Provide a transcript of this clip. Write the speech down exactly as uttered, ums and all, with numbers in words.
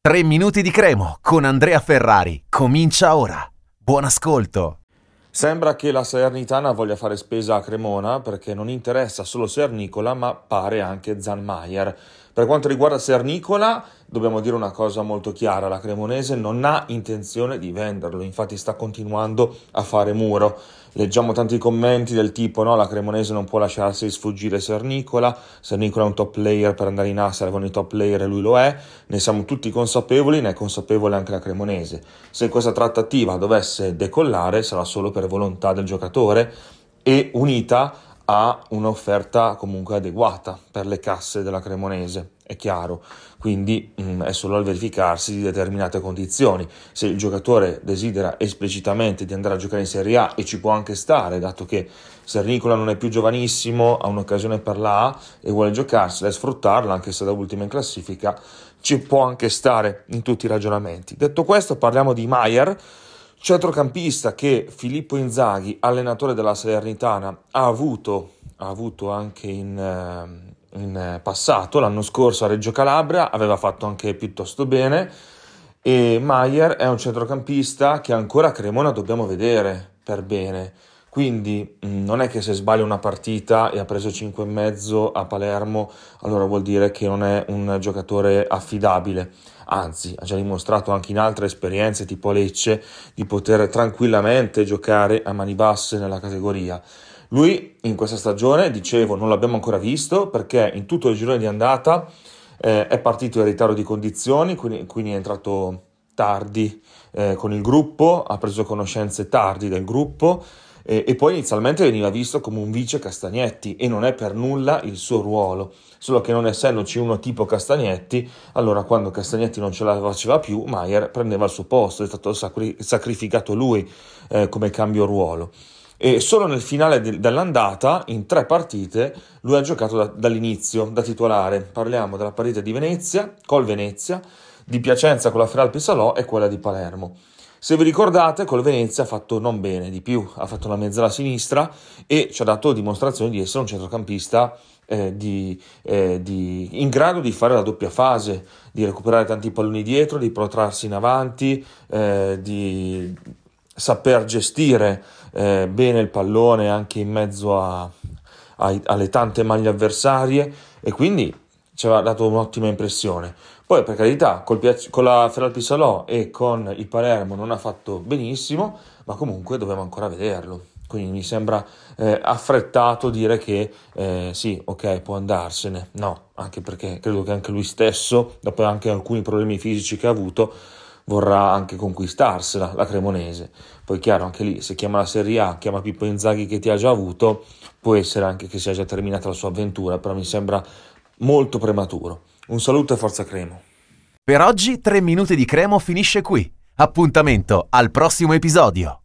tre minuti di Cremo con Andrea Ferrari. Comincia ora. Buon ascolto. Sembra che la Salernitana voglia fare spesa a Cremona perché non interessa solo Sernicola, ma pare anche Zanmaier. Per quanto riguarda Sernicola, dobbiamo dire una cosa molto chiara: la Cremonese non ha intenzione di venderlo, infatti sta continuando a fare muro. Leggiamo tanti commenti del tipo: no, la Cremonese non può lasciarsi sfuggire Sernicola, Sernicola è un top player, per andare in A servono i top player e lui lo è, ne siamo tutti consapevoli, ne è consapevole anche la Cremonese. Se questa trattativa dovesse decollare sarà solo per volontà del giocatore e unita a un'offerta comunque adeguata per le casse della Cremonese, è chiaro, quindi mh, è solo al verificarsi di determinate condizioni. Se il giocatore desidera esplicitamente di andare a giocare in Serie A, e ci può anche stare, dato che Sernicola non è più giovanissimo, ha un'occasione per la A e vuole giocarsela e sfruttarla, anche se da ultima in classifica, ci può anche stare in tutti i ragionamenti. Detto questo, parliamo di Maier, centrocampista che Filippo Inzaghi, allenatore della Salernitana, ha avuto, ha avuto anche in, in passato. L'anno scorso a Reggio Calabria aveva fatto anche piuttosto bene, e Maier è un centrocampista che ancora a Cremona dobbiamo vedere per bene. Quindi mh, non è che se sbaglia una partita e ha preso cinque e mezzo a Palermo, allora vuol dire che non è un giocatore affidabile. Anzi, ha già dimostrato anche in altre esperienze tipo Lecce di poter tranquillamente giocare a mani basse nella categoria. Lui in questa stagione, dicevo, non l'abbiamo ancora visto perché in tutto il girone di andata eh, è partito in ritardo di condizioni, quindi, quindi è entrato tardi eh, con il gruppo, ha preso conoscenze tardi del gruppo, e poi inizialmente veniva visto come un vice Castagnetti, e non è per nulla il suo ruolo, solo che non essendoci uno tipo Castagnetti, allora quando Castagnetti non ce la faceva più, Maier prendeva il suo posto, è stato sacri- sacrificato lui eh, come cambio ruolo. E solo nel finale de- dell'andata, in tre partite, lui ha giocato da- dall'inizio, da titolare. Parliamo della partita di Venezia, col Venezia, di Piacenza con la Feralpi Salò e quella di Palermo. Se vi ricordate, col Venezia ha fatto non bene di più, ha fatto una mezzala sinistra e ci ha dato dimostrazione di essere un centrocampista eh, di, eh, di, in grado di fare la doppia fase, di recuperare tanti palloni dietro, di protrarsi in avanti, eh, di saper gestire eh, bene il pallone anche in mezzo a, a, alle tante maglie avversarie, e quindi ci aveva dato un'ottima impressione. Poi, per carità, col piac- con la Feralpi Salò e con il Palermo non ha fatto benissimo, ma comunque dobbiamo ancora vederlo. Quindi mi sembra eh, affrettato dire che eh, sì, ok, può andarsene. No, anche perché credo che anche lui stesso, dopo anche alcuni problemi fisici che ha avuto, vorrà anche conquistarsela, la Cremonese. Poi chiaro, anche lì, se chiama la Serie A, chiama Pippo Inzaghi che ti ha già avuto, può essere anche che sia già terminata la sua avventura, però mi sembra molto prematuro. Un saluto e forza Cremo. Per oggi tre minuti di Cremo finisce qui. Appuntamento al prossimo episodio.